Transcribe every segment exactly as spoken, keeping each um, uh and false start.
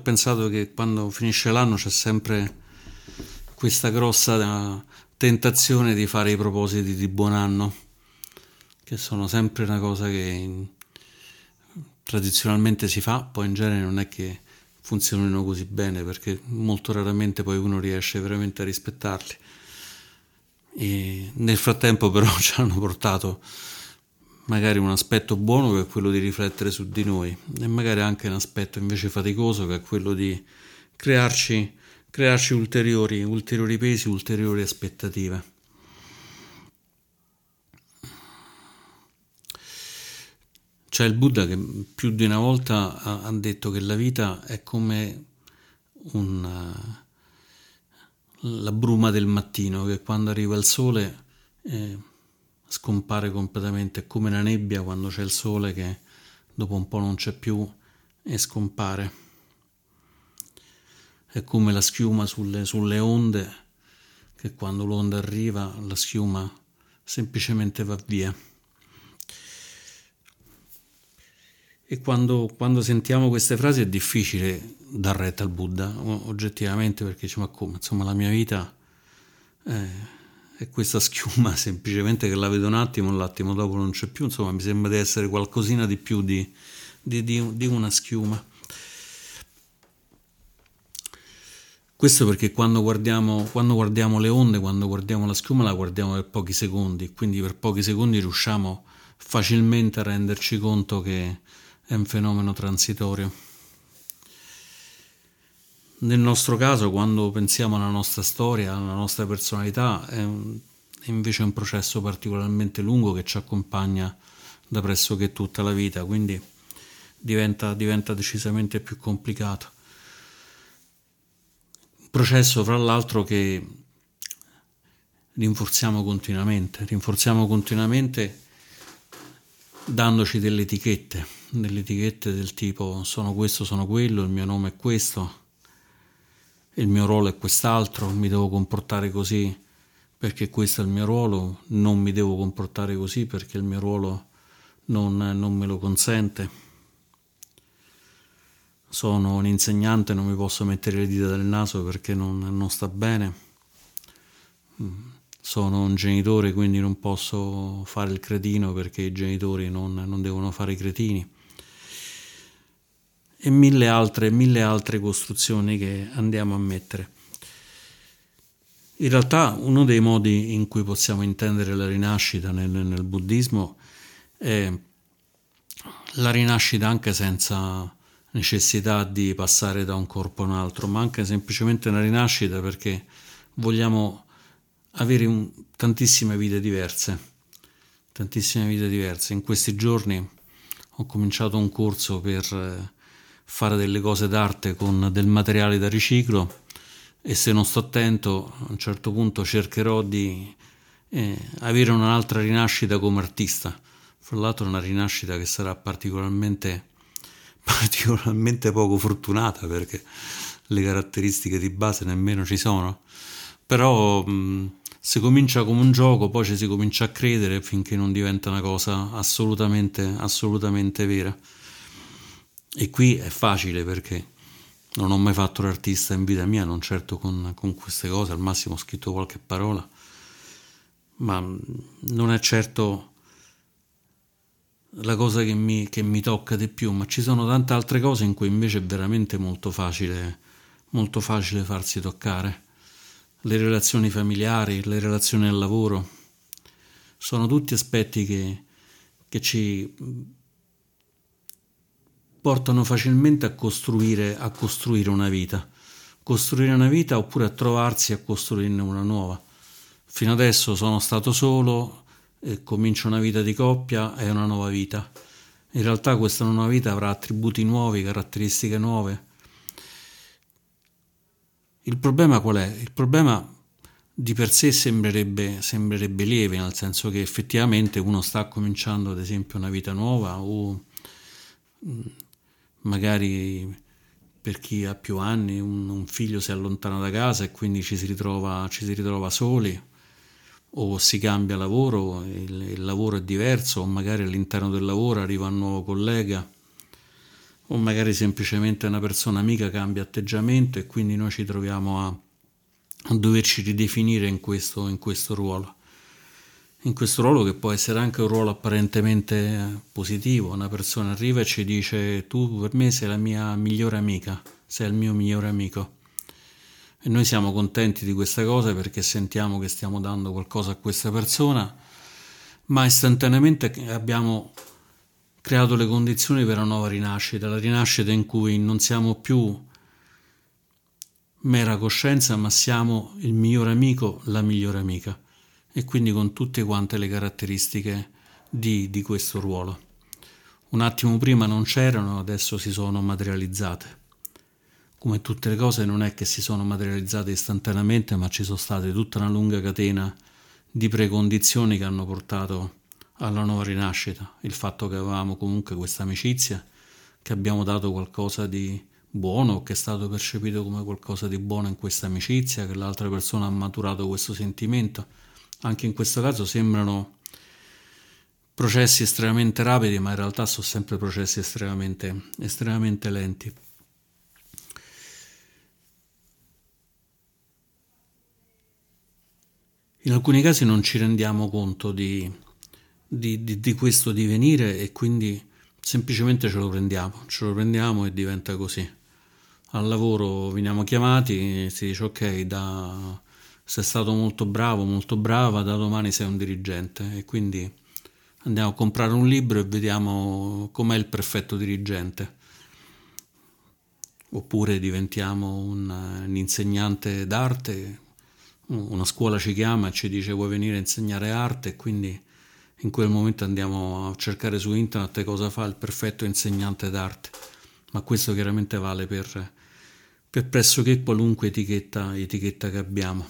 pensato che quando finisce l'anno c'è sempre questa grossa tentazione di fare i propositi di buon anno, che sono sempre una cosa che tradizionalmente si fa, poi in genere non è che funzionino così bene, perché molto raramente poi uno riesce veramente a rispettarli. E nel frattempo però ci hanno portato magari un aspetto buono, che è quello di riflettere su di noi, e magari anche un aspetto invece faticoso, che è quello di crearci, crearci ulteriori, ulteriori pesi, ulteriori aspettative. C'è il Buddha che più di una volta ha, ha detto che la vita è come una, la bruma del mattino, che quando arriva il sole eh, scompare completamente, è come la nebbia quando c'è il sole che dopo un po' non c'è più e scompare. È come la schiuma sulle, sulle onde, che quando l'onda arriva la schiuma semplicemente va via. E quando, quando sentiamo queste frasi è difficile dar retta al Buddha, oggettivamente, perché diciamo, ma come? Insomma, la mia vita è, è questa schiuma, semplicemente che la vedo un attimo, l'attimo dopo non c'è più, insomma, mi sembra di essere qualcosina di più di, di, di, di una schiuma. Questo perché quando guardiamo, quando guardiamo le onde, quando guardiamo la schiuma, la guardiamo per pochi secondi, quindi per pochi secondi riusciamo facilmente a renderci conto che è un fenomeno transitorio. Nel nostro caso, quando pensiamo alla nostra storia, alla nostra personalità, è, un, è invece un processo particolarmente lungo che ci accompagna da pressoché tutta la vita, quindi diventa, diventa decisamente più complicato. Un processo, fra l'altro, che rinforziamo continuamente, rinforziamo continuamente dandoci delle etichette, delle etichette del tipo sono questo, sono quello, il mio nome è questo, il mio ruolo è quest'altro, mi devo comportare così perché questo è il mio ruolo, non mi devo comportare così perché il mio ruolo non, non me lo consente. Sono un insegnante, non mi posso mettere le dita nel naso perché non, non sta bene. Sono un genitore, quindi non posso fare il cretino perché i genitori non, non devono fare i cretini. E mille altre, mille altre costruzioni che andiamo a mettere. In realtà uno dei modi in cui possiamo intendere la rinascita nel, nel buddismo è la rinascita anche senza necessità di passare da un corpo a un altro, ma anche semplicemente una rinascita perché vogliamo avere un, tantissime vite diverse, tantissime vite diverse. In questi giorni ho cominciato un corso per fare delle cose d'arte con del materiale da riciclo e se non sto attento a un certo punto cercherò di eh, avere un'altra rinascita come artista, fra l'altro una rinascita che sarà particolarmente particolarmente poco fortunata perché le caratteristiche di base nemmeno ci sono, però mh, si comincia come un gioco, poi ci si comincia a credere finché non diventa una cosa assolutamente assolutamente vera. E qui è facile perché non ho mai fatto l'artista in vita mia, non certo con, con queste cose, al massimo ho scritto qualche parola, ma non è certo la cosa che mi, che mi tocca di più, ma ci sono tante altre cose in cui invece è veramente molto facile, molto facile farsi toccare. Le relazioni familiari, le relazioni al lavoro, sono tutti aspetti che, che ci portano facilmente a costruire, a costruire una vita, costruire una vita oppure a trovarsi a costruirne una nuova. Fino adesso sono stato solo e comincio una vita di coppia, è una nuova vita. In realtà questa nuova vita avrà attributi nuovi, caratteristiche nuove. Il problema qual è? Il problema di per sé sembrerebbe, sembrerebbe lieve, nel senso che effettivamente uno sta cominciando ad esempio una vita nuova o magari per chi ha più anni un, un figlio si allontana da casa e quindi ci si ritrova, ci si ritrova soli, o si cambia lavoro, il, il lavoro è diverso, o magari all'interno del lavoro arriva un nuovo collega, o magari semplicemente una persona amica cambia atteggiamento e quindi noi ci troviamo a, a doverci ridefinire in questo, in questo ruolo. In questo ruolo che può essere anche un ruolo apparentemente positivo, una persona arriva e ci dice tu per me sei la mia migliore amica, sei il mio migliore amico. E noi siamo contenti di questa cosa perché sentiamo che stiamo dando qualcosa a questa persona, ma istantaneamente abbiamo creato le condizioni per una nuova rinascita, la rinascita in cui non siamo più mera coscienza, ma siamo il migliore amico, la migliore amica, e quindi con tutte quante le caratteristiche di, di questo ruolo. Un attimo prima non c'erano, adesso si sono materializzate. Come tutte le cose non è che si sono materializzate istantaneamente, ma ci sono state tutta una lunga catena di precondizioni che hanno portato alla nuova rinascita. Il fatto che avevamo comunque questa amicizia, che abbiamo dato qualcosa di buono, che è stato percepito come qualcosa di buono in questa amicizia, che l'altra persona ha maturato questo sentimento. Anche in questo caso sembrano processi estremamente rapidi, ma in realtà sono sempre processi estremamente, estremamente lenti. In alcuni casi non ci rendiamo conto di, di, di, di questo divenire e quindi semplicemente ce lo prendiamo, ce lo prendiamo e diventa così. Al lavoro veniamo chiamati, si dice ok, da, sei stato molto bravo, molto brava, da domani sei un dirigente, e quindi andiamo a comprare un libro e vediamo com'è il perfetto dirigente. Oppure diventiamo un, un insegnante d'arte, una scuola ci chiama e ci dice vuoi venire a insegnare arte, e quindi in quel momento andiamo a cercare su internet cosa fa il perfetto insegnante d'arte, ma questo chiaramente vale per, per pressoché qualunque etichetta, etichetta che abbiamo.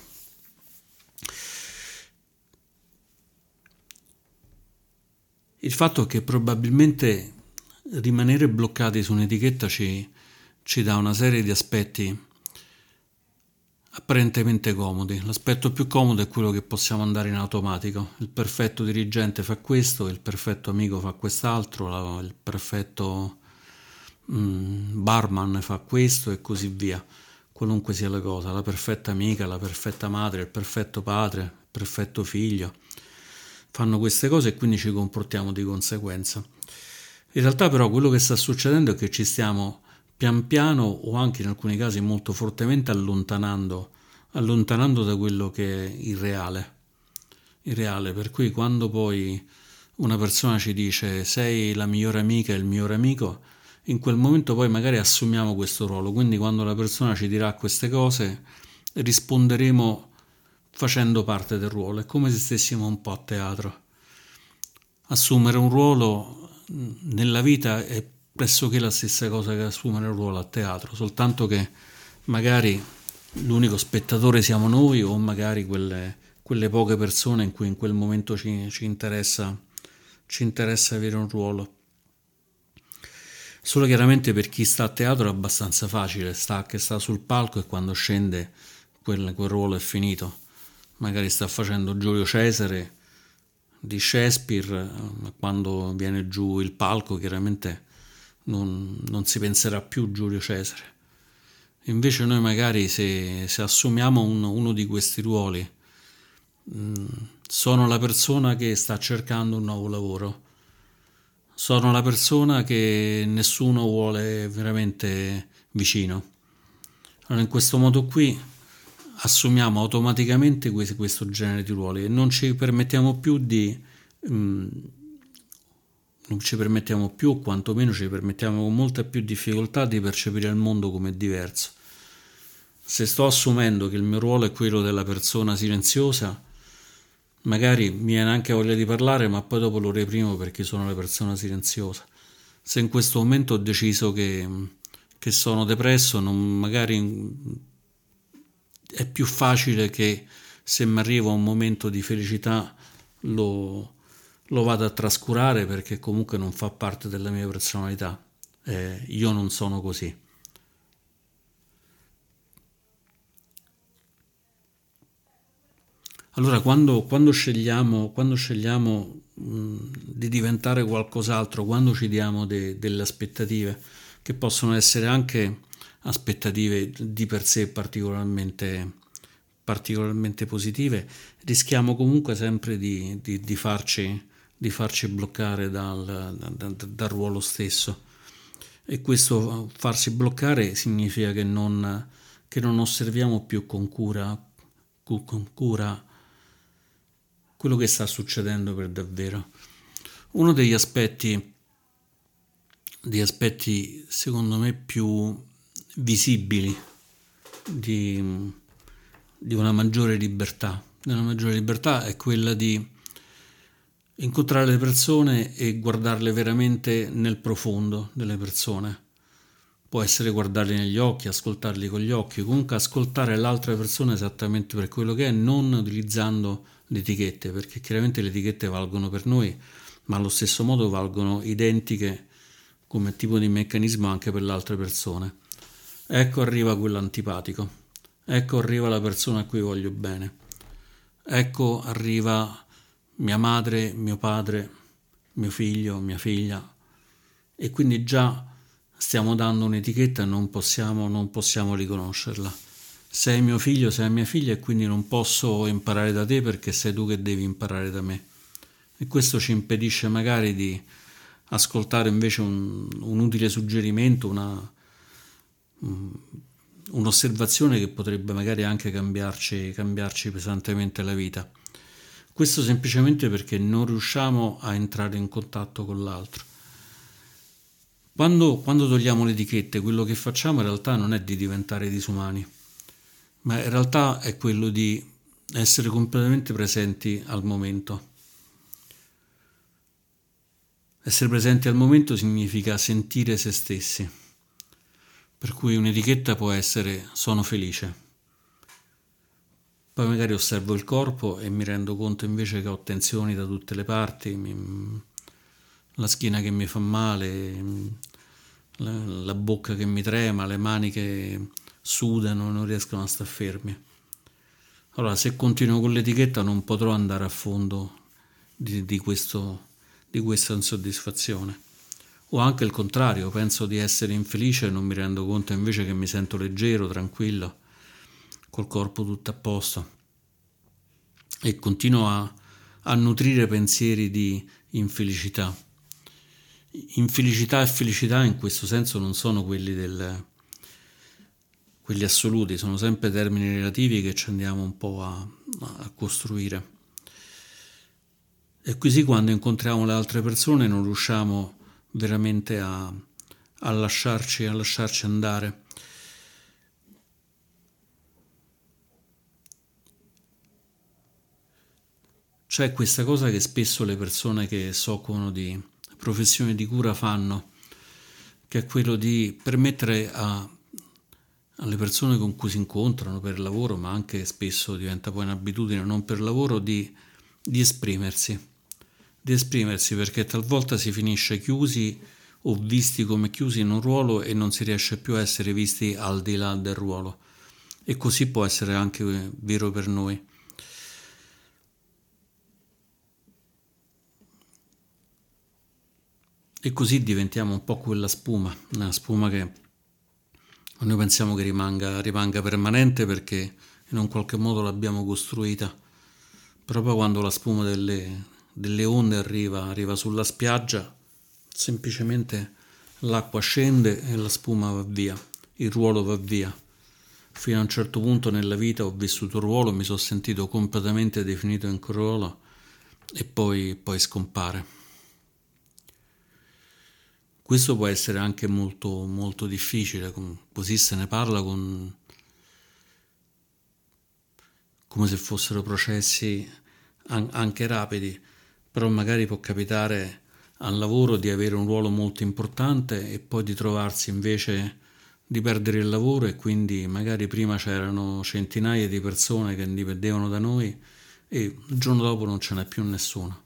Il fatto è che probabilmente rimanere bloccati su un'etichetta ci, ci dà una serie di aspetti apparentemente comodi. L'aspetto più comodo è quello che possiamo andare in automatico. Il perfetto dirigente fa questo, il perfetto amico fa quest'altro, il perfetto mm, barman fa questo e così via. Qualunque sia la cosa, la perfetta amica, la perfetta madre, il perfetto padre, il perfetto figlio, fanno queste cose e quindi ci comportiamo di conseguenza. In realtà però quello che sta succedendo è che ci stiamo pian piano, o anche in alcuni casi molto fortemente, allontanando, allontanando da quello che è il reale. Il reale, per cui quando poi una persona ci dice sei la migliore amica e il migliore amico, in quel momento poi magari assumiamo questo ruolo, quindi quando la persona ci dirà queste cose risponderemo facendo parte del ruolo, è come se stessimo un po' a teatro. Assumere un ruolo nella vita è pressoché la stessa cosa che assumere un ruolo a teatro, soltanto che magari l'unico spettatore siamo noi, o magari quelle, quelle poche persone in cui in quel momento ci, ci interessa ci interessa avere un ruolo. Solo chiaramente per chi sta a teatro è abbastanza facile, sta che sta sul palco e quando scende quel, quel ruolo è finito. Magari sta facendo Giulio Cesare di Shakespeare, ma quando viene giù il palco chiaramente Non, non si penserà più Giulio Cesare. Invece noi magari se, se assumiamo un, uno di questi ruoli, mh, sono la persona che sta cercando un nuovo lavoro, sono la persona che nessuno vuole veramente vicino. Allora in questo modo qui assumiamo automaticamente questo, questo genere di ruoli e non ci permettiamo più di mh, non ci permettiamo più, o quantomeno ci permettiamo con molta più difficoltà di percepire il mondo come diverso. Se sto assumendo che il mio ruolo è quello della persona silenziosa, magari mi viene anche voglia di parlare, ma poi dopo lo reprimo perché sono la persona silenziosa. Se in questo momento ho deciso che, che sono depresso, non, magari è più facile che se mi arriva un momento di felicità lo lo vado a trascurare perché comunque non fa parte della mia personalità. Eh, io non sono così. Allora, quando, quando scegliamo, quando scegliamo mh, di diventare qualcos'altro, quando ci diamo de, delle aspettative, che possono essere anche aspettative di per sé particolarmente, particolarmente positive, rischiamo comunque sempre di, di, di farci, di farci bloccare dal, dal, dal ruolo stesso. E questo farsi bloccare significa che non, che non osserviamo più con cura, con cura quello che sta succedendo per davvero. Uno degli aspetti, degli aspetti secondo me più visibili di, di una maggiore libertà, una maggiore libertà è quella di incontrare le persone e guardarle veramente nel profondo delle persone. Può essere guardarli negli occhi, ascoltarli con gli occhi, comunque ascoltare l'altra persona esattamente per quello che è, non utilizzando le etichette, perché chiaramente le etichette valgono per noi, ma allo stesso modo valgono identiche come tipo di meccanismo anche per le altre persone. Ecco arriva quello antipatico, ecco arriva la persona a cui voglio bene, ecco arriva mia madre, mio padre, mio figlio, mia figlia, e quindi già stiamo dando un'etichetta e non possiamo, non possiamo riconoscerla. Sei mio figlio, sei mia figlia e quindi non posso imparare da te perché sei tu che devi imparare da me. E questo ci impedisce magari di ascoltare invece un, un utile suggerimento, una, un'osservazione che potrebbe magari anche cambiarci, cambiarci pesantemente la vita. Questo semplicemente perché non riusciamo a entrare in contatto con l'altro. Quando, quando togliamo le etichette, quello che facciamo in realtà non è di diventare disumani, ma in realtà è quello di essere completamente presenti al momento. Essere presenti al momento significa sentire se stessi, per cui un'etichetta può essere sono felice. Poi magari osservo il corpo e mi rendo conto invece che ho tensioni da tutte le parti, mi, la schiena che mi fa male, la, la bocca che mi trema, le mani che sudano, non riescono a star fermi. Allora, se continuo con l'etichetta non potrò andare a fondo di, di, questo, di questa insoddisfazione. O anche il contrario, penso di essere infelice e non mi rendo conto invece che mi sento leggero, tranquillo, col corpo tutto a posto, e continuo a, a nutrire pensieri di infelicità. Infelicità e felicità in questo senso non sono quelli del quelli assoluti, sono sempre termini relativi che ci andiamo un po' a, a costruire. E così quando incontriamo le altre persone non riusciamo veramente a, a lasciarci, a lasciarci andare. C'è questa cosa che spesso le persone che si occupano di professioni di cura fanno, che è quello di permettere a, alle persone con cui si incontrano per lavoro, ma anche spesso diventa poi un'abitudine non per lavoro, di, di esprimersi, di esprimersi perché talvolta si finisce chiusi o visti come chiusi in un ruolo e non si riesce più a essere visti al di là del ruolo. E così può essere anche vero per noi. E così diventiamo un po' quella spuma, una spuma che noi pensiamo che rimanga, rimanga permanente perché in un qualche modo l'abbiamo costruita. Però poi quando la spuma delle, delle onde arriva, arriva sulla spiaggia, semplicemente l'acqua scende e la spuma va via, il ruolo va via. Fino a un certo punto nella vita ho vissuto il ruolo, mi sono sentito completamente definito in quel ruolo e poi, poi scompare. Questo può essere anche molto, molto difficile, così se ne parla con, come se fossero processi an- anche rapidi, però magari può capitare al lavoro di avere un ruolo molto importante e poi di trovarsi invece di perdere il lavoro e quindi magari prima c'erano centinaia di persone che dipendevano da noi e il giorno dopo non ce n'è più nessuno.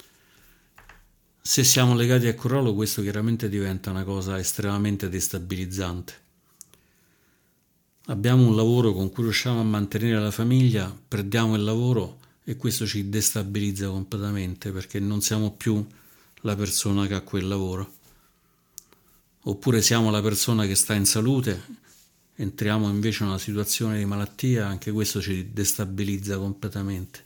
Se siamo legati a quel ruolo, questo chiaramente diventa una cosa estremamente destabilizzante. Abbiamo un lavoro con cui riusciamo a mantenere la famiglia, perdiamo il lavoro e questo ci destabilizza completamente perché non siamo più la persona che ha quel lavoro. oppure siamo la persona che sta in salute, entriamo invece in una situazione di malattia, anche questo ci destabilizza completamente.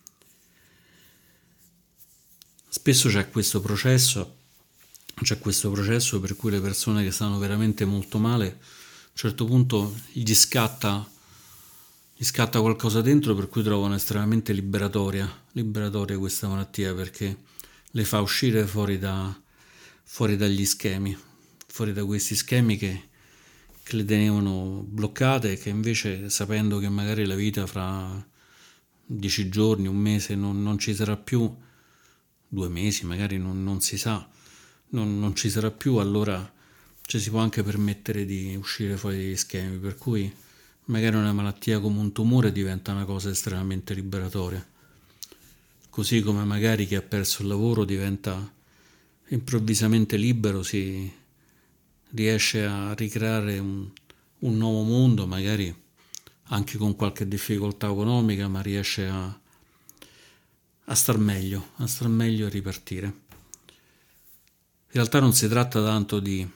Spesso c'è questo processo, c'è questo processo per cui le persone che stanno veramente molto male, a un certo punto gli scatta, gli scatta qualcosa dentro per cui trovano estremamente liberatoria, liberatoria questa malattia, perché le fa uscire fuori, da, fuori dagli schemi, fuori da questi schemi che, che le tenevano bloccate e che invece, sapendo che magari la vita fra dieci giorni, un mese non, non ci sarà più, due mesi magari non, non si sa, non, non ci sarà più, allora ci si può anche permettere di uscire fuori dagli schemi, per cui magari una malattia come un tumore diventa una cosa estremamente liberatoria, così come magari chi ha perso il lavoro diventa improvvisamente libero, si riesce a ricreare un, un nuovo mondo, magari anche con qualche difficoltà economica, ma riesce a, a star meglio, a star meglio e ripartire. In realtà non si tratta tanto di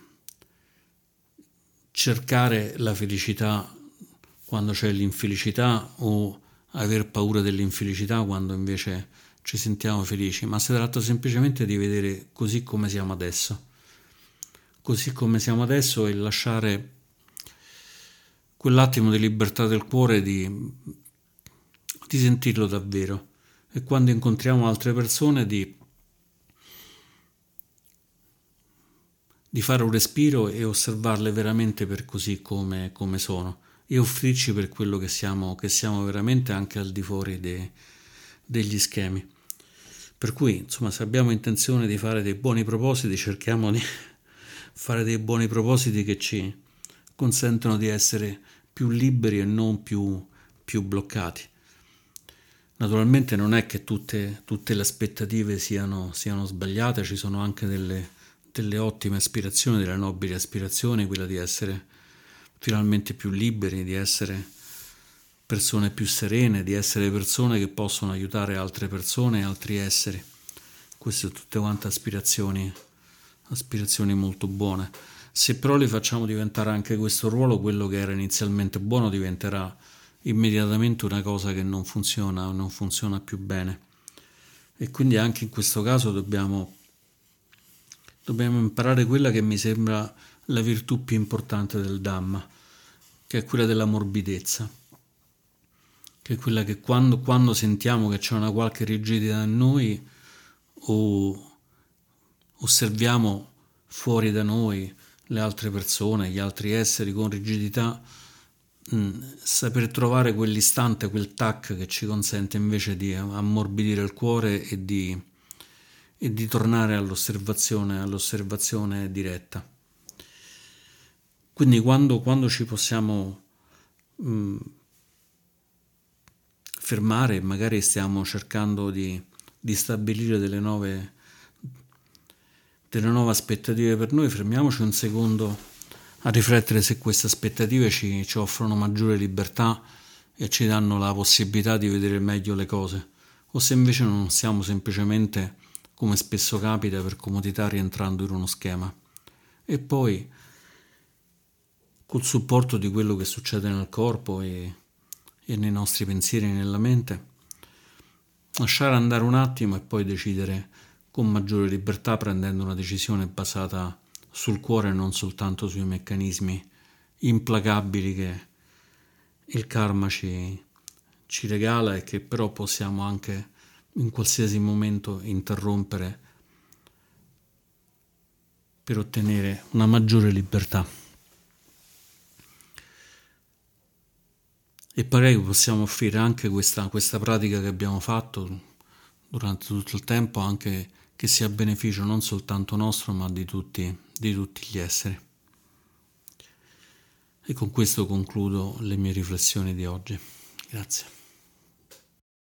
cercare la felicità quando c'è l'infelicità o aver paura dell'infelicità quando invece ci sentiamo felici, ma si tratta semplicemente di vedere così come siamo adesso, così come siamo adesso e lasciare quell'attimo di libertà del cuore di, di sentirlo davvero, e quando incontriamo altre persone di, di fare un respiro e osservarle veramente per così come, come sono, e offrirci per quello che siamo, che siamo veramente, anche al di fuori de, degli schemi. Per cui, insomma, se abbiamo intenzione di fare dei buoni propositi, cerchiamo di fare dei buoni propositi che ci consentono di essere più liberi e non più, più bloccati. Naturalmente non è che tutte, tutte le aspettative siano, siano sbagliate, ci sono anche delle, delle ottime aspirazioni, delle nobili aspirazioni, quella di essere finalmente più liberi, di essere persone più serene, di essere persone che possono aiutare altre persone e altri esseri. Queste sono tutte quante aspirazioni, aspirazioni molto buone. Se però li facciamo diventare anche questo ruolo, quello che era inizialmente buono diventerà immediatamente una cosa che non funziona, non funziona più bene. E quindi anche in questo caso dobbiamo, dobbiamo imparare quella che mi sembra la virtù più importante del Dhamma, che è quella della morbidezza, che è quella che quando, quando sentiamo che c'è una qualche rigidità in noi o osserviamo fuori da noi le altre persone, gli altri esseri con rigidità, mh, saper trovare quell'istante, quel tac che ci consente invece di ammorbidire il cuore e di, e di tornare all'osservazione, all'osservazione diretta. Quindi quando, quando ci possiamo mh, fermare, magari stiamo cercando di, di stabilire delle nuove, delle nuove aspettative per noi, fermiamoci un secondo a riflettere se queste aspettative ci, ci offrono maggiore libertà e ci danno la possibilità di vedere meglio le cose, o se invece non stiamo semplicemente, come spesso capita, per comodità rientrando in uno schema. E poi, col supporto di quello che succede nel corpo e, e nei nostri pensieri e nella mente, lasciare andare un attimo e poi decidere con maggiore libertà, prendendo una decisione basata sul cuore e non soltanto sui meccanismi implacabili che il karma ci, ci regala e che però possiamo anche in qualsiasi momento interrompere per ottenere una maggiore libertà. E poi possiamo offrire anche questa, questa pratica che abbiamo fatto durante tutto il tempo, anche che sia a beneficio non soltanto nostro, ma di tutti, di tutti gli esseri. E con questo concludo le mie riflessioni di oggi. Grazie.